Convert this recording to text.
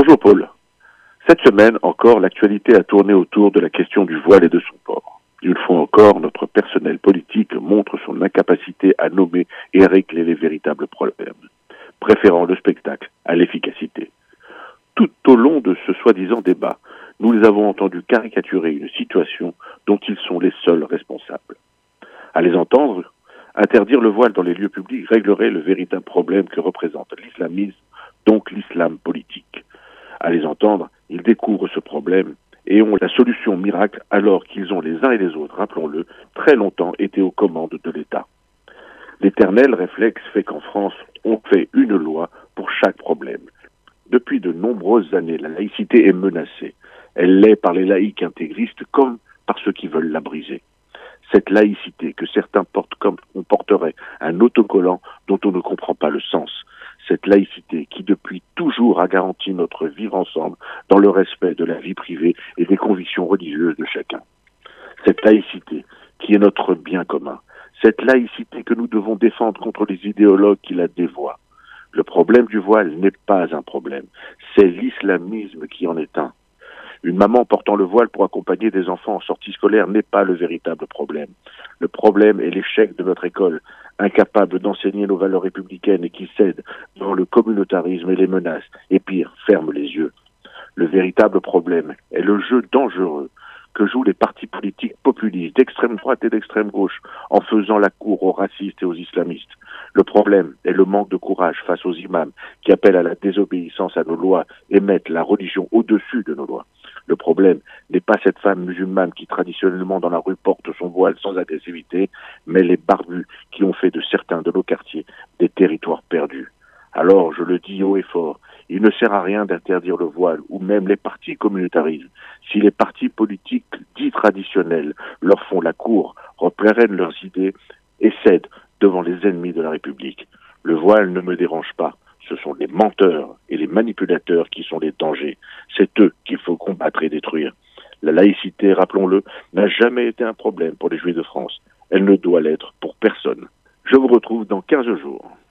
Bonjour Paul. Cette semaine encore, l'actualité a tourné autour de la question du voile et de son port. Une fois encore, notre personnel politique montre son incapacité à nommer et à régler les véritables problèmes, préférant le spectacle à l'efficacité. Tout au long de ce soi-disant débat, nous les avons entendus caricaturer une situation dont ils sont les seuls responsables. À les entendre, interdire le voile dans les lieux publics réglerait le véritable problème que représente l'islamisme, donc l'islam politique. À les entendre, ils découvrent ce problème et ont la solution miracle alors qu'ils ont les uns et les autres, rappelons-le, très longtemps été aux commandes de l'État. L'éternel réflexe fait qu'en France, on fait une loi pour chaque problème. Depuis de nombreuses années, la laïcité est menacée. Elle l'est par les laïcs intégristes comme par ceux qui veulent la briser. Cette laïcité que certains portent comme on porterait un autocollant dont on ne comprend pas le sens. Cette laïcité qui depuis toujours a garanti notre vivre ensemble dans le respect de la vie privée et des convictions religieuses de chacun. Cette laïcité qui est notre bien commun. Cette laïcité que nous devons défendre contre les idéologues qui la dévoient. Le problème du voile n'est pas un problème, c'est l'islamisme qui en est un. Une maman portant le voile pour accompagner des enfants en sortie scolaire n'est pas le véritable problème. Le problème est l'échec de notre école, incapable d'enseigner nos valeurs républicaines et qui cède dans le communautarisme et les menaces, et pire, ferme les yeux. Le véritable problème est le jeu dangereux que jouent les partis politiques populistes d'extrême droite et d'extrême gauche en faisant la cour aux racistes et aux islamistes. Le problème est le manque de courage face aux imams qui appellent à la désobéissance à nos lois et mettent la religion au-dessus de nos lois. Le problème n'est pas cette femme musulmane qui traditionnellement dans la rue porte son voile sans agressivité, mais les barbus qui ont fait de certains de nos quartiers des territoires perdus. Alors, je le dis haut et fort, il ne sert à rien d'interdire le voile ou même les partis communautaristes. Si les partis politiques dits traditionnels leur font la cour, reprennent leurs idées et cèdent devant les ennemis de la République. Le voile ne me dérange pas. Ce sont les menteurs et les manipulateurs qui sont les dangers. C'est eux qu'il faut combattre et détruire. La laïcité, rappelons-le, n'a jamais été un problème pour les Juifs de France. Elle ne doit l'être pour personne. Je vous retrouve dans 15 jours.